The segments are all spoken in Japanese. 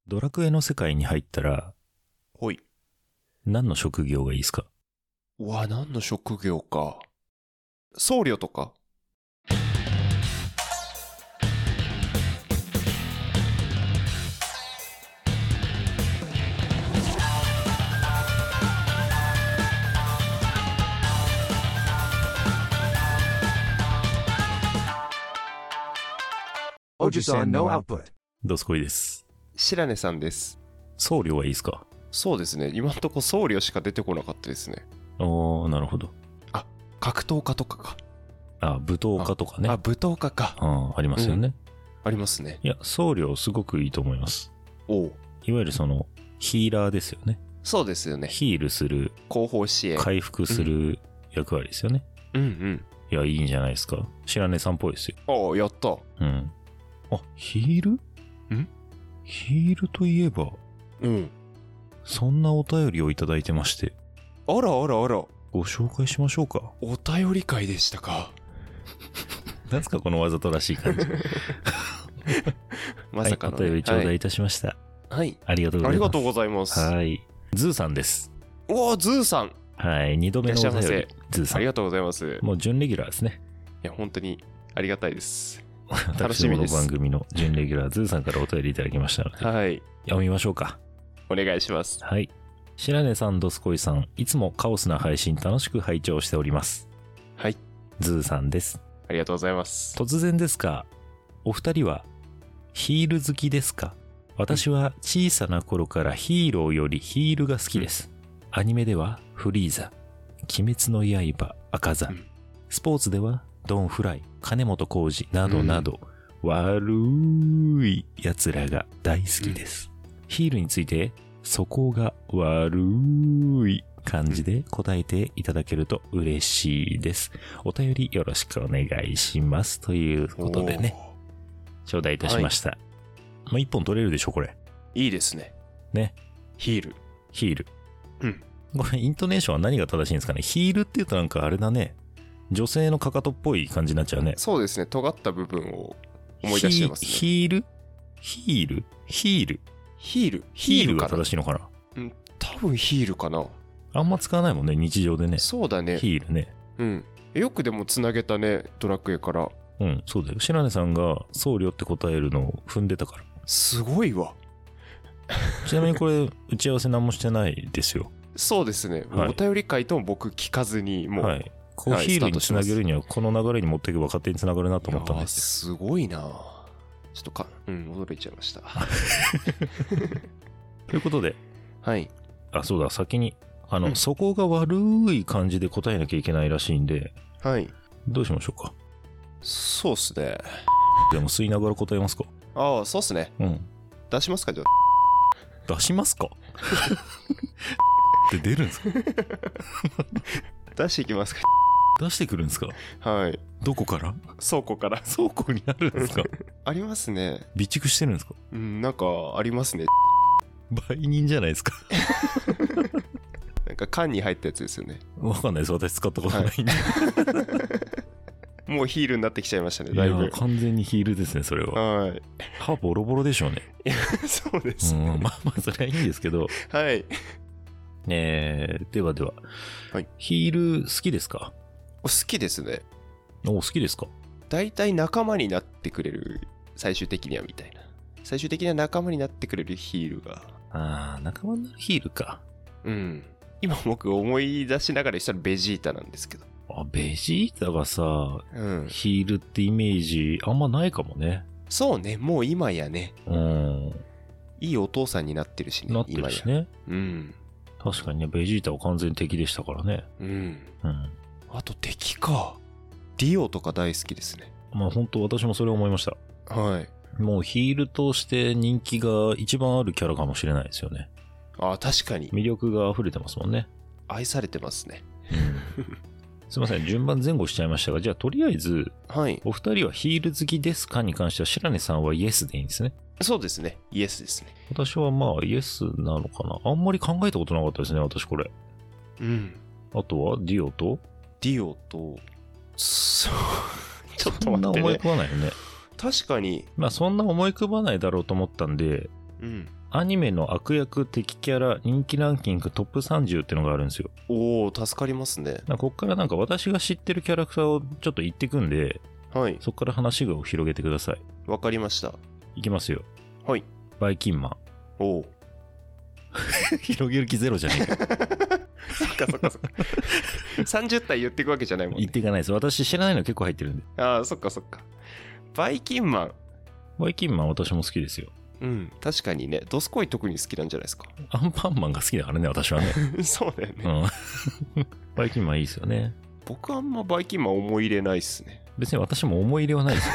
ドラクエの世界に入ったら、 ほい。 何の職業がいいですか？ うわ、何の職業か。僧侶とか。 おじさん no output。 どすこいです。 白根さんです。 僧侶はいいですか？ そうですね。今んとこ僧侶しか出てこなかったですね。 なるほど。 格闘家とかか。 舞踏家とかね。 舞踏家か。 ありますよね、 ありますね。 いや、僧侶すごくいいと思います。 おう。 いわゆるその、ヒーラーですよね。 そうですよね。 ヒールする、 後方支援。 回復する役割ですよね。 うんうん。 いや、いいんじゃないですか。白根さんっぽいですよ。 ああ、やった。 うん。ヒール？ヒールといえば、 うん。 そんなお便りをいただいてまして、 あらあらあら。 ご紹介しましょうか。 お便り会でしたか。 なんすかこのわざとらしい感じ。 まさかの、 はい、お便り頂戴いたしました。 はい。 ありがとうございます。 ありがとうございます。 はい。ズーさんです。 おー、ズーさん。 はい。2度目のお便り。ズーさん。 ありがとうございます。 もう準レギュラーですね。 いや、本当にありがたいです。楽私のしみです。 番組の準レギュラー、ズーさんからお便りいただきましたので、 はい。 読みましょうか。 お願いします。 はい。白根さん、どすこいさん、いつもカオスな配信楽しく拝聴しております。 はい。 ズーさんです。 ありがとうございます。 突然ですが、お二人はヒール好きですか？私は小さな頃からヒーローよりヒールが好きです。アニメではフリーザ、鬼滅の刃、赤座、スポーツではドンフライ、金本浩二などなど、悪い奴らが大好きです。ヒールについてそこが悪い感じで答えていただけると嬉しいです。お便りよろしくお願いします。ということでね、頂戴いたしました。もう一本取れるでしょ、これ。 いいですね。 ね。 ヒール。 ヒール。 うん。 これ、イントネーションは何が正しいんですかね。ヒールって言うとなんかあれだね。女性のかかとっぽい感じになっちゃうね。 そうですね。尖った部分を思い出してますね。 ヒールヒールヒールヒールヒールが正しいのかな。 うん、多分ヒールかな。 あんま使わないもんね、日常でね。 そうだね。 ヒールね。 うん。よくでもつなげたね、ドラクエから。 うん、そうだよ。白根さんが僧侶って答えるのを踏んでたから。 すごいわ。 ちなみにこれ、打ち合わせ何もしてないですよ。 そうですね。 はい、 お便り会とも僕聞かずに、もう。 はい。こうヒールにつなげるには、この流れに持っていけば勝手につながるなと思ったんですよ。すごいな。ちょっと驚いちゃいました。 ということで。 はい。 そうだ、先に、そこが悪い感じで答えなきゃいけないらしいんで。 はい。 どうしましょうか。 そうっすね。 でも吸いながら答えますか？ ああ、そうっすね。 うん。 出しますか、じゃあ。出しますかって出るんですか？ 出していきますか？ 出してくるんですか？ はい。 どこから？ 倉庫から。 倉庫にあるんですか？ ありますね。 備蓄してるんですか？ うん、なんかありますね。 売人じゃないですか。 なんか缶に入ったやつですよね。 わかんないです。私使ったことないんで。 もうヒールになってきちゃいましたね、だいぶ。 いや、完全にヒールですね、それは。 はい。 歯ボロボロでしょうね。 そうですね。 まあ、それはいいんですけど。 はい。 ではでは。 はい。 ヒール好きですか？ 好きですね。 好きですか？ 大体仲間になってくれる、最終的にはみたいな。最終的には仲間になってくれるヒールが。 仲間になるヒールか。 うん。今僕思い出しながらしたらベジータなんですけど。 ベジータがさ、ヒールってイメージあんまないかもね。 そうね、もう今やね。 いいお父さんになってるしね。 なってるしね。 うん。 確かにね、ベジータは完全に敵でしたからね。 うん。あと敵か。ディオとか大好きですね。 まあ本当私もそれ思いました。 はい。 もうヒールとして人気が一番あるキャラかもしれないですよね。 確かに。 魅力が溢れてますもんね。 愛されてますね。 すいません、順番前後しちゃいましたが、じゃあとりあえず、 はい。 お二人はヒール好きですかに関しては、白根さんはイエスでいいんですね。 そうですね。イエスですね。 私はまあイエスなのかな。あんまり考えたことなかったですね、私これ。 うん。 あとはディオとちょっと待ってね。 そんな思い浮かばないよね。 確かに。 まあそんな思い浮かばないだろうと思ったんで、 うん。 アニメの悪役敵キャラ人気ランキングトップ30ってのがあるんですよ。 おー、助かりますね。 こっからなんか私が知ってるキャラクターをちょっと言ってくんで、 はい。 そこから話を広げてください。 わかりました。 いきますよ。 はい。 バイキンマン。 おー。 広げる気ゼロじゃねえか。 そっかそっかそっか。30体言っていくわけじゃないもんね。 言っていかないです。私知らないの結構入ってるんで。 ああ、そっかそっか。バイキンマン。 バイキンマン私も好きですよ。 うん。確かにね、ドスコイ特に好きなんじゃないですか。 アンパンマンが好きだからね、私はね。 そうだよね。 うん。バイキンマンいいですよね。 僕あんまバイキンマン思い入れないっすね。 別に私も思い入れはないですよ。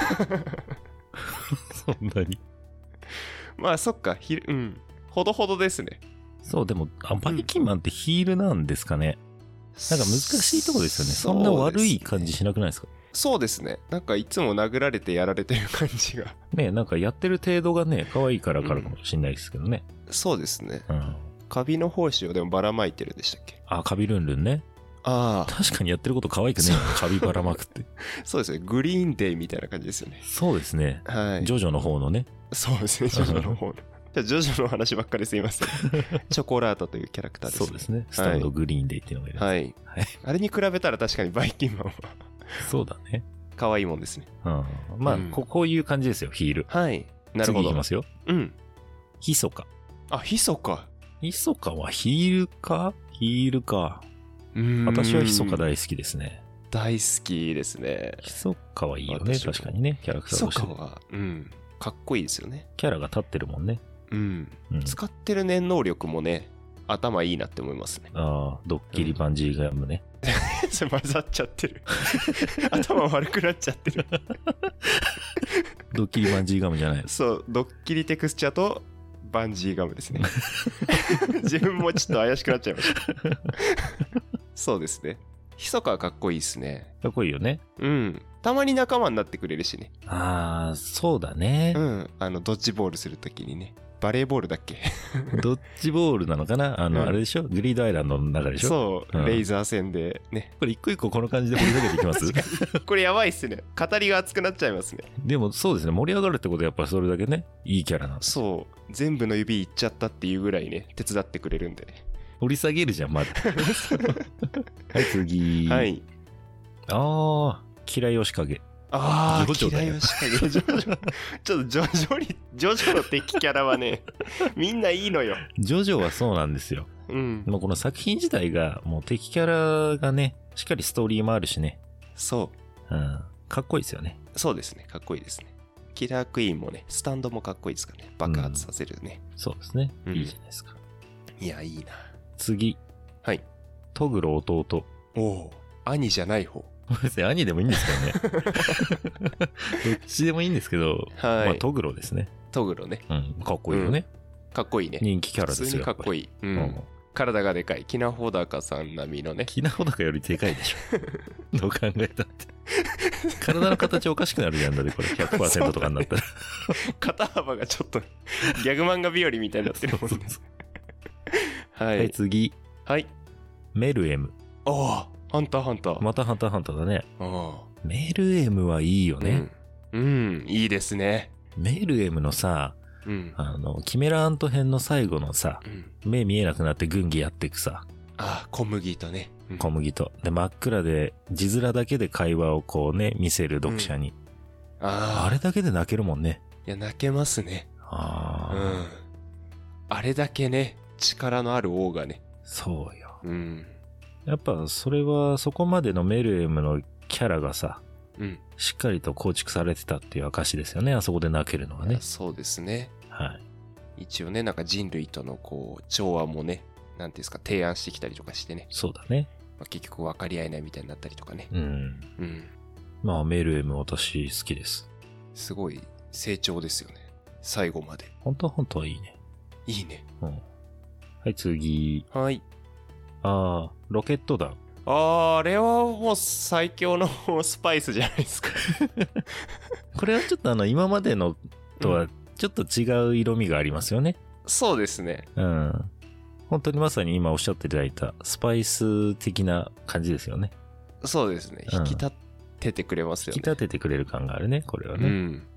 そんなに。 まあそっか、うん。ほどほどですね。 そう、でも、バイキンマンってヒールなんですかね。なんか難しいとこですよね。そんな悪い感じしなくないですか？ そうですね。なんかいつも殴られてやられてる感じが。 ね、なんかやってる程度がね、可愛いからかもしれないですけどね。 そうですね。 うん。 カビの胞子をでもばらまいてるんでしたっけ？ あ、カビルンルンね。 ああ。 確かにやってること可愛くねえよ。カビばらまくって。 そうですね。グリーンデイみたいな感じですよね。 そうですね。 はい。 ジョジョの方のね。 そうですね。ジョジョの方の。じゃあジョジョの話ばっかりすいません。チョコラートというキャラクターですね。 そうですね。スタンドグリーンデイっていうのがいる。 はい。 はい。 あれに比べたら確かにバイキンマンはそうだね。 可愛いもんですね。 うん。まあ、 うんこういう感じですよ、ヒール。 はい。なるほど。 次いきますよ。 うん。 ヒソカ。 あ、ヒソか。 ヒソカはヒールか？ヒールか。私はヒソカ大好きですね。 大好きですね。 ヒソカはいいよね、 私も確かにね、キャラクタヒソーとしてカ。は、うん。かっこいいですよね。 キャラが立ってるもんね。 うん。 うん。 使ってる念能力もね、頭いいなって思いますね。 ああ、ドッキリバンジーガムね。 それ混ざっちゃってる。頭悪くなっちゃってる。 ドッキリバンジーガムじゃないです。 そう、ドッキリテクスチャとバンジーガムですね。自分もちょっと怪しくなっちゃいました。そうですね。ヒソカはかっこいいですね。 かっこいいよね。 うん。たまに仲間になってくれるしね。 ああ、そうだねう。ん。ドッジボールするときにね。バレーボールだっけ？ ドッジボールなのかなうんあれでしょグリードアイランドの中でしょそう、 うんレイザー戦でね。 これ一個一個この感じで盛り上げていきますこれやばいっすね。語りが熱くなっちゃいますね。 でもそうですね、盛り上がるってことはやっぱそれだけね、いいキャラなんです。 そう。全部の指いっちゃったっていうぐらいね、手伝ってくれるんでね。 掘り下げるじゃん、まだ。はい、次。 はい。 ああ、嫌い吉影。 ああ、 ジョジョだよ嫌いよしかげ。ちょっとジョジョの敵キャラはね、みんないいのよ。 ジョジョはそうなんですよ。 うん。 もうこの作品自体が、もう敵キャラがね、しっかりストーリーもあるしね。 そううん。かっこいいですよね。 そうですね。かっこいいですね。キラークイーンもね、スタンドもかっこいいですからね。爆発させるね。 そうですね。 うんいいじゃないですか。 いや、いいな。 次。 はい。 トグロ弟。 おお。兄じゃない方。 別に兄でもいいんですけどね。どっちでもいいんですけど、 はいまあトグロですね。 トグロね。 うん。かっこいいよね。 かっこいいね。 人気キャラですよ。 普通にかっこいい。 いい。うん。体がでかい。キナホダカさん並みのね。 キナホダカよりでかいでしょ。どう考えたって。体の形おかしくなるじゃんだってこれ100% とかになったら。 肩幅がちょっとギャグ漫画日和みたいになってるもんね。ははい、 い。 次。 はい。 メルエム。 おお。ハンターハンター。 またハンターハンターだね。 あメルエムはいいよあ。 ね。 うん。いいですね。 メルエムのさ、 うん。 キメラアント編の最後のさ、 うん。 目見えなくなって軍議やっていくさ、 ああ、小麦とね。うん小麦と。で、真っ暗で、字面だけで会話をこうね、見せる読者に。 ああ。 あれだけで泣けるもんね。 いや、泣けますね。うああ、 ん。あれだけね、力のある王がね。 そうよ。 うん。 やっぱそれはそこまでのメルエムのキャラがさ、 うん。 しっかりと構築されてたっていう証ですよね。あそこで泣けるのはね。 そうですね。 はい。 一応ね、なんか人類とのこう、調和もね、なんていうんですか、提案してきたりとかしてね。 そうだね。 まあ、結局分かり合えないみたいになったりとかね。 うん。 うん。 まあメルエム私好きです。 すごい成長ですよね。最後まで。 本当はいいね。 いいね。 うん。はい、次。 はい。 ああ、ロケット弾。 あれはもう最強のスパイスじゃないですか。 これはちょっと今までのとはちょっと違う色味がありますよね。 そうですね。 うん。本当にまさに今おっしゃっていただいたスパイス的な感じですよね。 そうですね。 うん引き立ててくれますよね。 引き立ててくれる感があるね、これはね。 うん。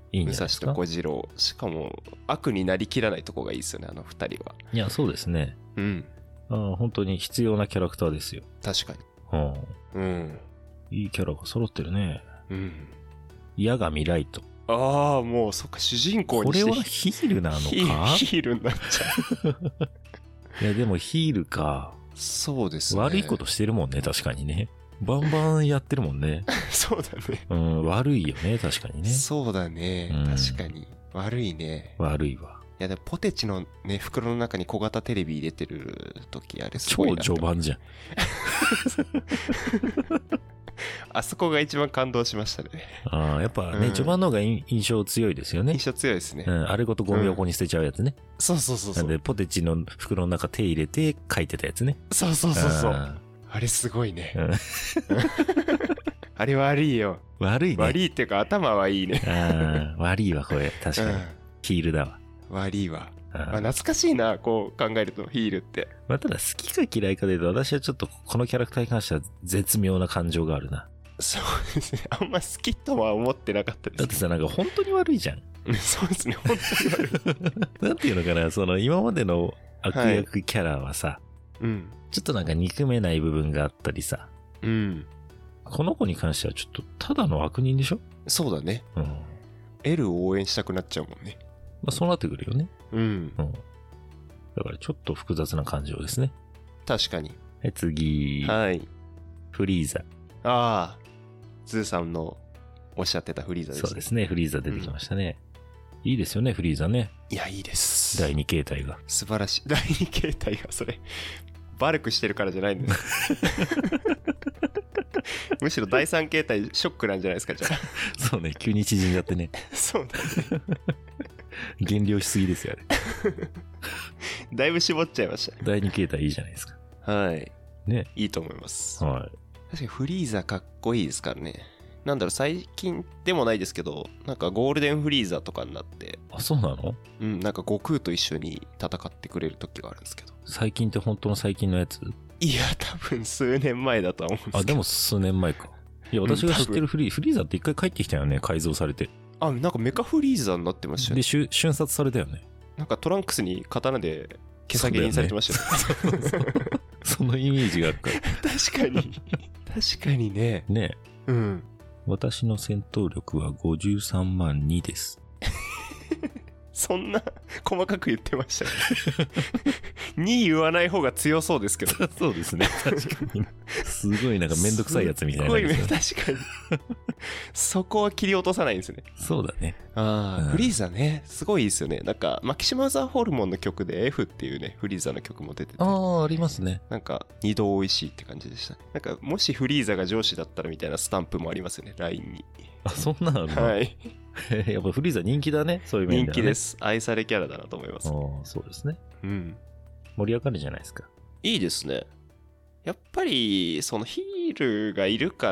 いいん武蔵じゃないですか。 と小次郎。しかも悪になりきらないとこがいいですよね、あの二人は。 いや、そうですね。 うん。 本当に必要なキャラクターですよ。 確かに。 うんいいキャラが揃ってるね。 矢神ライト。 ああ、もうそっか、主人公にしてこれはヒールなのかヒールになっちゃう。 いや、でもヒールか。 そうですね。 悪いことしてるもんね、確かにね。バンバンやってるもんね。 そうだね。 悪いよね、確かにね。 そうだね。確かに。悪いね。 悪いわ。 いや、でもポテチのね、袋の中に小型テレビ入れてる時あれすごいな。 超序盤じゃん。 あそこが一番感動しましたね。 やっぱね、序盤の方が印象強いですよね。 印象強いですね。 あれごとゴミ箱に捨てちゃうやつね。 そうそうそうそう。 なんで、ポテチの袋の中手入れて書いてたやつね。 そうそうそうそう。あれすごいね。あれ悪いよ。 悪いね。 悪いっていうか頭はいいね。 悪いわ、これ。確かに。ヒールだわ。 悪いわ。懐かしいな、こう考えると、ヒールって。 ただ好きか嫌いかで言うと、私はちょっとこのキャラクターに関しては絶妙な感情があるな。 そうですね。あんま好きとは思ってなかったです。 だってさ、なんか本当に悪いじゃん。 そうですね、本当に悪い。 なんていうのかな、その今までの悪役キャラはさ、ちょっとなんか憎めない部分があったりさ、この子に関してはちょっとただの悪人でしょ？ そうだね。L を応援したくなっちゃうもんね。 そうなってくるよね。だからちょっと複雑な感情ですね。 確かに。 次。 はい。 フリーザ。 ああ。ズーさんのおっしゃってたフリーザですね。 そうですね。フリーザ出てきましたね。いいですよね、フリーザね。 いや、いいです。 第2形態が。 素晴らしい。第2形態がそれ、バルクしてるからじゃないんです。むしろ第3形態ショックなんじゃないですか、じゃあ。 そうね、急に縮んじゃってね。 そうだね。 減量しすぎですよ、あれ。 だいぶ絞っちゃいましたね。 第2形態いいじゃないですか。 はい。 ね。 いいと思います。 はい。 確かにフリーザかっこいいですからね。なんだろう、最近でもないですけど、なんかゴールデンフリーザとかになって。 あ、そうなの？ なんか悟空と一緒に戦ってくれる時があるんですけど。 最近って本当の最近のやつ？ いや、多分数年前だとは思うんですけど。 でも数年前か。いや、私が知ってるフリーザって一回帰ってきたよね、改造されて。 なんかメカフリーザになってましたよね。 で、瞬殺されたよね。 なんかトランクスに刀で毛下げにされてましたよね。 そのイメージがあるから。 確かに。確かにね。 ね。私の戦闘力は53万2です。 そんな細かく言ってましたね。2言わない方が強そうですけど。 そうですね。確かに。すごいなんかめんどくさいやつみたいな、ね。 確かに。そこは切り落とさないんですね。 そうだね。 フリーザね、すごいですよね。なんか、マキシマザーホルモンの曲で F っていうね、フリーザの曲も出てて。 ありますね。 なんか、二度美味しいって感じでした。なんか、もしフリーザが上司だったらみたいなスタンプもありますよね、LINE に。 そんなのはい。 やっぱフリーザ人気だね、そういう面ではね。 人気です。愛されキャラだなと思います。 そうですね。盛り上がるじゃないですか。 いいですね。やっぱり、そのヒールがいるから、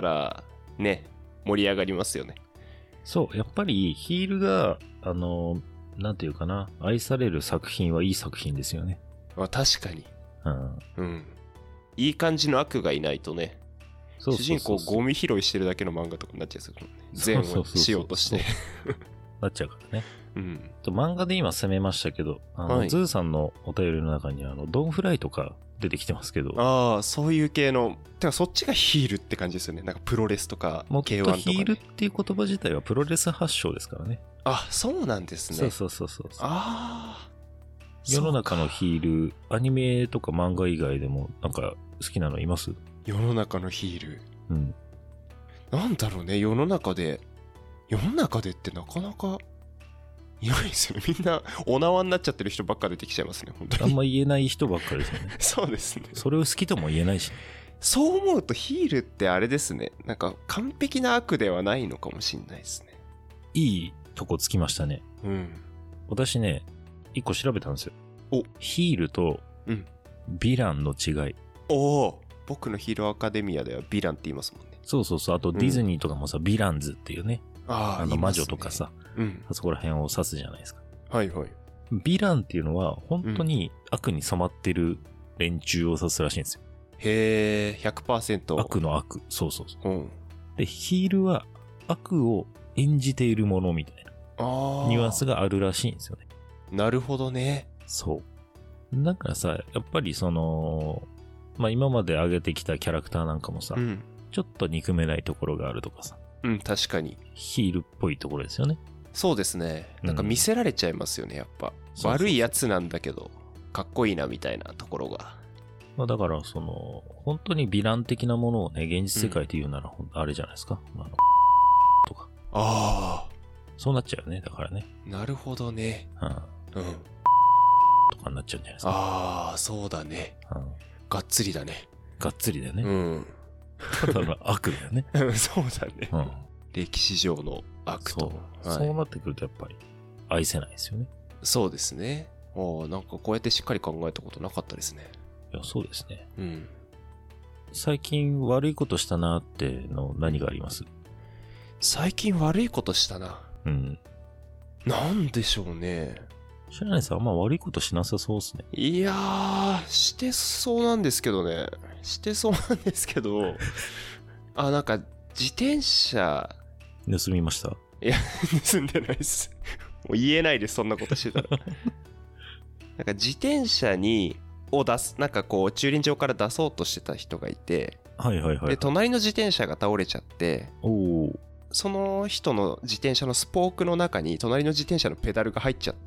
ね、盛り上がりますよね。 そう、やっぱりヒールが、なんていうかな、愛される作品はいい作品ですよね。 確かに。いい感じの悪がいないとね。主人公ゴミ拾いしてるだけの漫画とかになっちゃうんですよね。善をしようとして。 なっちゃうからね。漫画で今攻めましたけど、ズーさんのお便りの中にドンフライとか出てきてますけど。 そういう系の、てかそっちがヒールって感じですよね。なんかプロレスとか K1 とか、ね。 もっとヒールっていう言葉自体はプロレス発祥ですからね。 そうなんですね。 そう。世の中のヒール、アニメとか漫画以外でもなんか好きなのいます？ 世の中のヒール。なんだろうね、世の中でってなかなかいないですよね。みんなお縄になっちゃってる人ばっか出てきちゃいますね、本当に。 あんま言えない人ばっかりですよね。 そうですね。 それを好きとも言えないし、ね。 そう思うとヒールってあれですね。なんか完璧な悪ではないのかもしれないですね。 いいとこつきましたね。私ね、一個調べたんですよ。ヒールとヴィランの違い。 僕のヒーローアカデミアではヴィランって言いますもんね。 そう。あとディズニーとかもさ、ヴィランズっていうね。魔女とかさ、あそこら辺を指すじゃないですか。 はい。 ヴィランっていうのは本当に悪に染まってる連中を指すらしいんですよ。 へー、100%。 悪の悪。そう。で、ヒールは悪を演じているものみたいな。 ニュアンスがあるらしいんですよね。 なるほどね。 そう。だからさ、やっぱりその、まあ今まで上げてきたキャラクターなんかもさ、ちょっと憎めないところがあるとかさ。 確かに。 ヒールっぽいところですよね。 そうですね。なんか見せられちゃいますよね、やっぱ。悪いやつなんだけど、かっこいいなみたいなところが。 まあだからその、本当にヴィラン的なものをね、現実世界で言うなら、あれじゃないですか。とか。 ああ。 そうなっちゃうよね、だからね。 なるほどね。 とかになっちゃうんじゃないですか。 ああ、そうだね。がっつりだね。 がっつりだよね。ただの悪だよね。 そうだね。歴史上の悪と。 そうなってくるとやっぱり愛せないですよね。 そうですね。なんかこうやってしっかり考えたことなかったですね。 いや、そうですね。最近悪いことしたなっての何があります？ 最近悪いことしたな。なんでしょうね。 知らないさん、あんま悪いことしなさそうですね。 いやー、してそうなんですけどね。してそうなんですけど、なんか自転車盗みました？ いや、盗んでないです。もう言えないです、そんなことしてたら。なんか自転車を出す、なんかこう駐輪場から出そうとしてた人がいて、で隣の自転車が倒れちゃって、その人の自転車のスポークの中に隣の自転車のペダルが入っちゃって、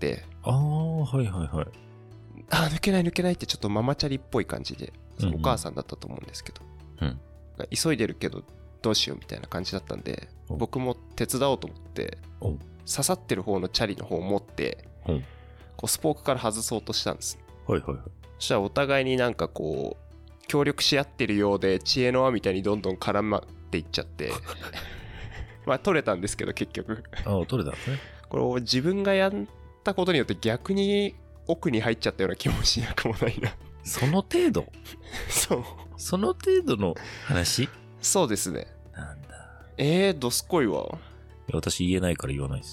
抜けない抜けないってちょっとママチャリっぽい感じで、お母さんだったと思うんですけど、急いでるけどどうしようみたいな感じだったんで、僕も手伝おうと思って刺さってる方のチャリの方を持ってこうスポークから外そうとしたんです。そしたらお互いになんかこう協力し合ってるようで知恵の輪みたいにどんどん絡まっていっちゃってまあ取れたんですけど結局取れたんですね。 これを自分がやったことによって逆に奥に入っちゃったような気もしなくもないな。 その程度その程度の話？ そうですね。 なんだ。 どすこいわ。 私言えないから言わないです。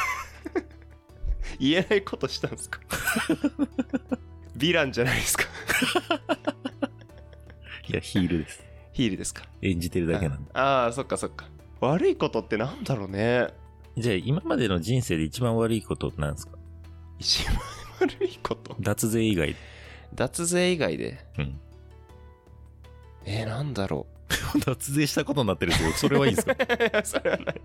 言えないことしたんですか？ヴィランじゃないですか？ いや、ヒールです。 ヒールですか？ 演じてるだけなんで。 そっかそっか。悪いことってなんだろうね。 じゃあ今までの人生で一番悪いことなんですか？ 一番悪いこと？ 脱税以外。 脱税以外で。なんだろう。脱税したことになってるけど、それはいいですか？ それはない。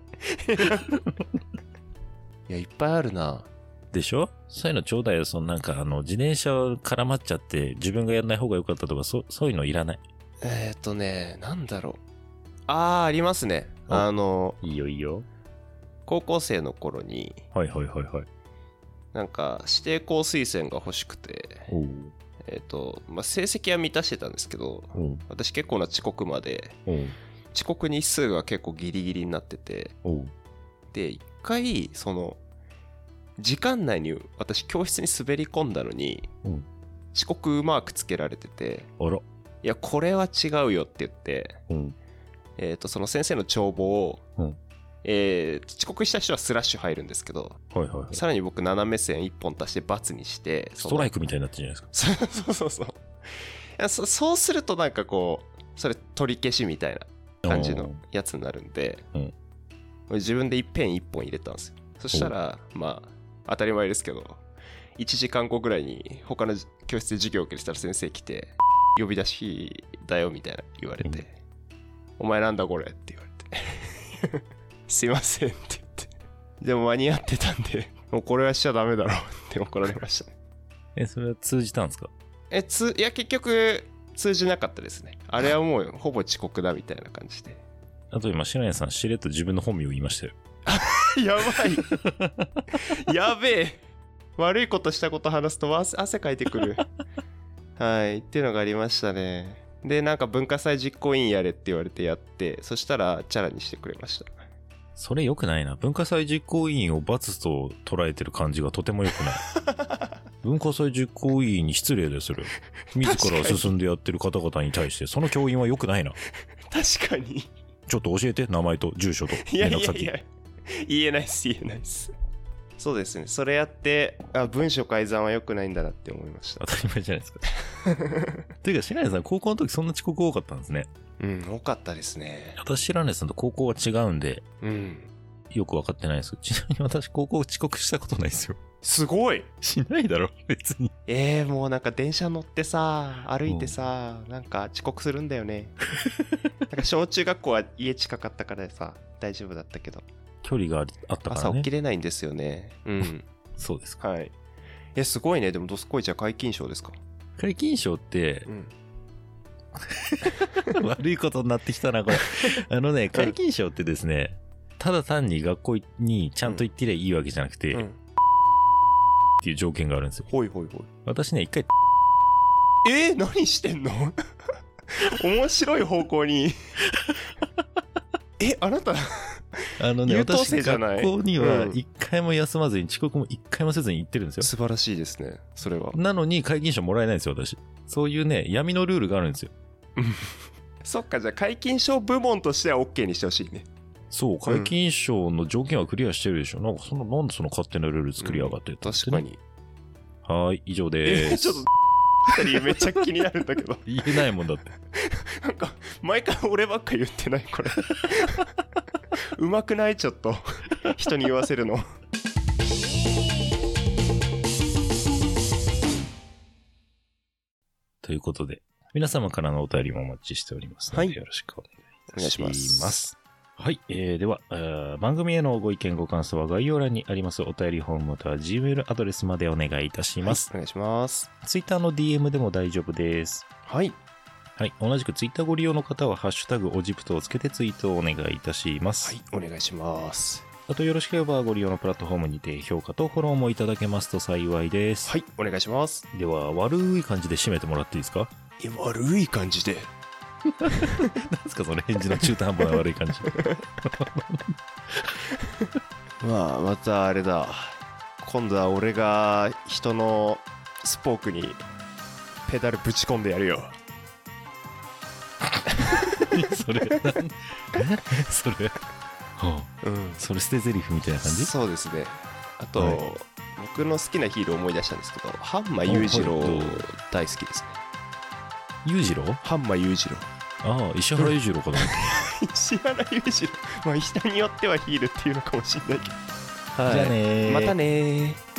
いや、いっぱいあるな。 でしょ？そういうのちょうだいよ。なんか自転車絡まっちゃって自分がやんない方が良かったとか、そういうのいらない。 なんだろう。ありますね。 いいよいいよ。 高校生の頃に、なんか指定校推薦が欲しくて、成績は満たしてたんですけど、私結構な遅刻まで、遅刻日数が結構ギリギリになってて、で一回その時間内に私教室に滑り込んだのに、遅刻マークつけられてて、いやこれは違うよって言って、その先生の帳簿を、遅刻した人はスラッシュ入るんですけど、さらに僕斜め線1本足して×にして、 ストライクみたいになってるじゃないですか。そうするとなんかこうそれ取り消しみたいな感じのやつになるんで、自分でペン1本入れたんですよ。そしたらまあ当たり前ですけど1時間後ぐらいに他の教室で授業を受けてたら先生来て呼び出しだよみたいな言われて、お前なんだこれって言われてすいませんって言って、でも間に合ってたんでもうこれはしちゃダメだろうって怒られましたね。 それは通じたんですか？ いや結局通じなかったですね。あれはもうほぼ遅刻だみたいな感じで。 あと今白根さんしれっと自分の本名を言いましたよ。 やばいやべえ、悪いことしたこと話すと汗かいてくるはいっていうのがありましたね。でなんか文化祭実行委員やれって言われてやって、そしたらチャラにしてくれました。 それ良くないな。文化祭実行委員を罰と捉えてる感じがとても良くない文化祭実行委員に失礼でする。自ら進んでやってる方々に対してその教員は良くないな。 確かに。 ちょっと教えて、名前と住所と連絡先。 いや言えないっす。そうですね。それやって文書改ざんは良くないんだなって思いました。 当たり前じゃないですかていうか白根さん高校の時そんな遅刻多かったんですね。 多かったですね。 私白根さんと高校は違うんで、 よく分かってないです。ちなみに私高校遅刻したことないですよ。 すごい。 しないだろ別に。 もうなんか電車乗ってさ、歩いてさ、なんか遅刻するんだよね。なんか小中学校は家近かったからさ大丈夫だったけど、 距離があったからね。 朝起きれないんですよね。 そうですか。 はい。すごいね。でもどすこいじゃ皆勤賞ですか。 皆勤賞って、悪いことになってきたなこれ。皆勤賞ってですね、ただ単に学校にちゃんと行ってりゃいいわけじゃなくて、っていう条件があるんですよ。 ほいほいほい。 私ね、一回何してんの面白い方向にあなた優等生じゃない。 私学校には一回も休まずに遅刻も一回もせずに行ってるんですよ。 素晴らしいですねそれは。 なのに皆勤賞もらえないんですよ私。そういうね闇のルールがあるんですよ。 そっか、じゃあ皆勤賞部門としては OK にしてほしいね。 そう、皆勤賞の条件はクリアしてるでしょ。なんでその勝手なルール作りやがって、ね、 確かに。 はい、以上です。 ちょっとめっちゃ気になるんだけど言えないもんだって。 なんか毎回俺ばっか言ってないこれ。うまくない？ちょっと人に言わせるの。 ということで皆様からのお便りもお待ちしておりますので、よろしくお願いします。はい、では番組へのご意見ご感想は概要欄にありますお便りフォームまたは Gmail アドレスまでお願いいたします。 お願いします。 Twitter の DM でも大丈夫です。 はい、 同じく Twitter ご利用の方はハッシュタグオジプトをつけてツイートをお願いいたします。 はい、お願いします。 あとよろしければご利用のプラットフォームにて評価とフォローもいただけますと幸いです。 はい、お願いします。 では悪い感じで締めてもらっていいですか？ 悪い感じで何ですかその返事の中途半端な悪い感じ。 またあれだ、今度は俺が人のスポークにペダルぶち込んでやるよ。 それそれ、それ捨て台詞みたいな感じ？ そうですね。あと、僕の好きなヒーロー思い出したんですけど、ハンマ裕次郎大好きですね。 裕次郎？ ハンマ裕次郎。 ああ、石原裕次郎かと思った。 石原裕次郎。人によってはヒールっていうのかもしれないけど。 じゃあねー。 またねー。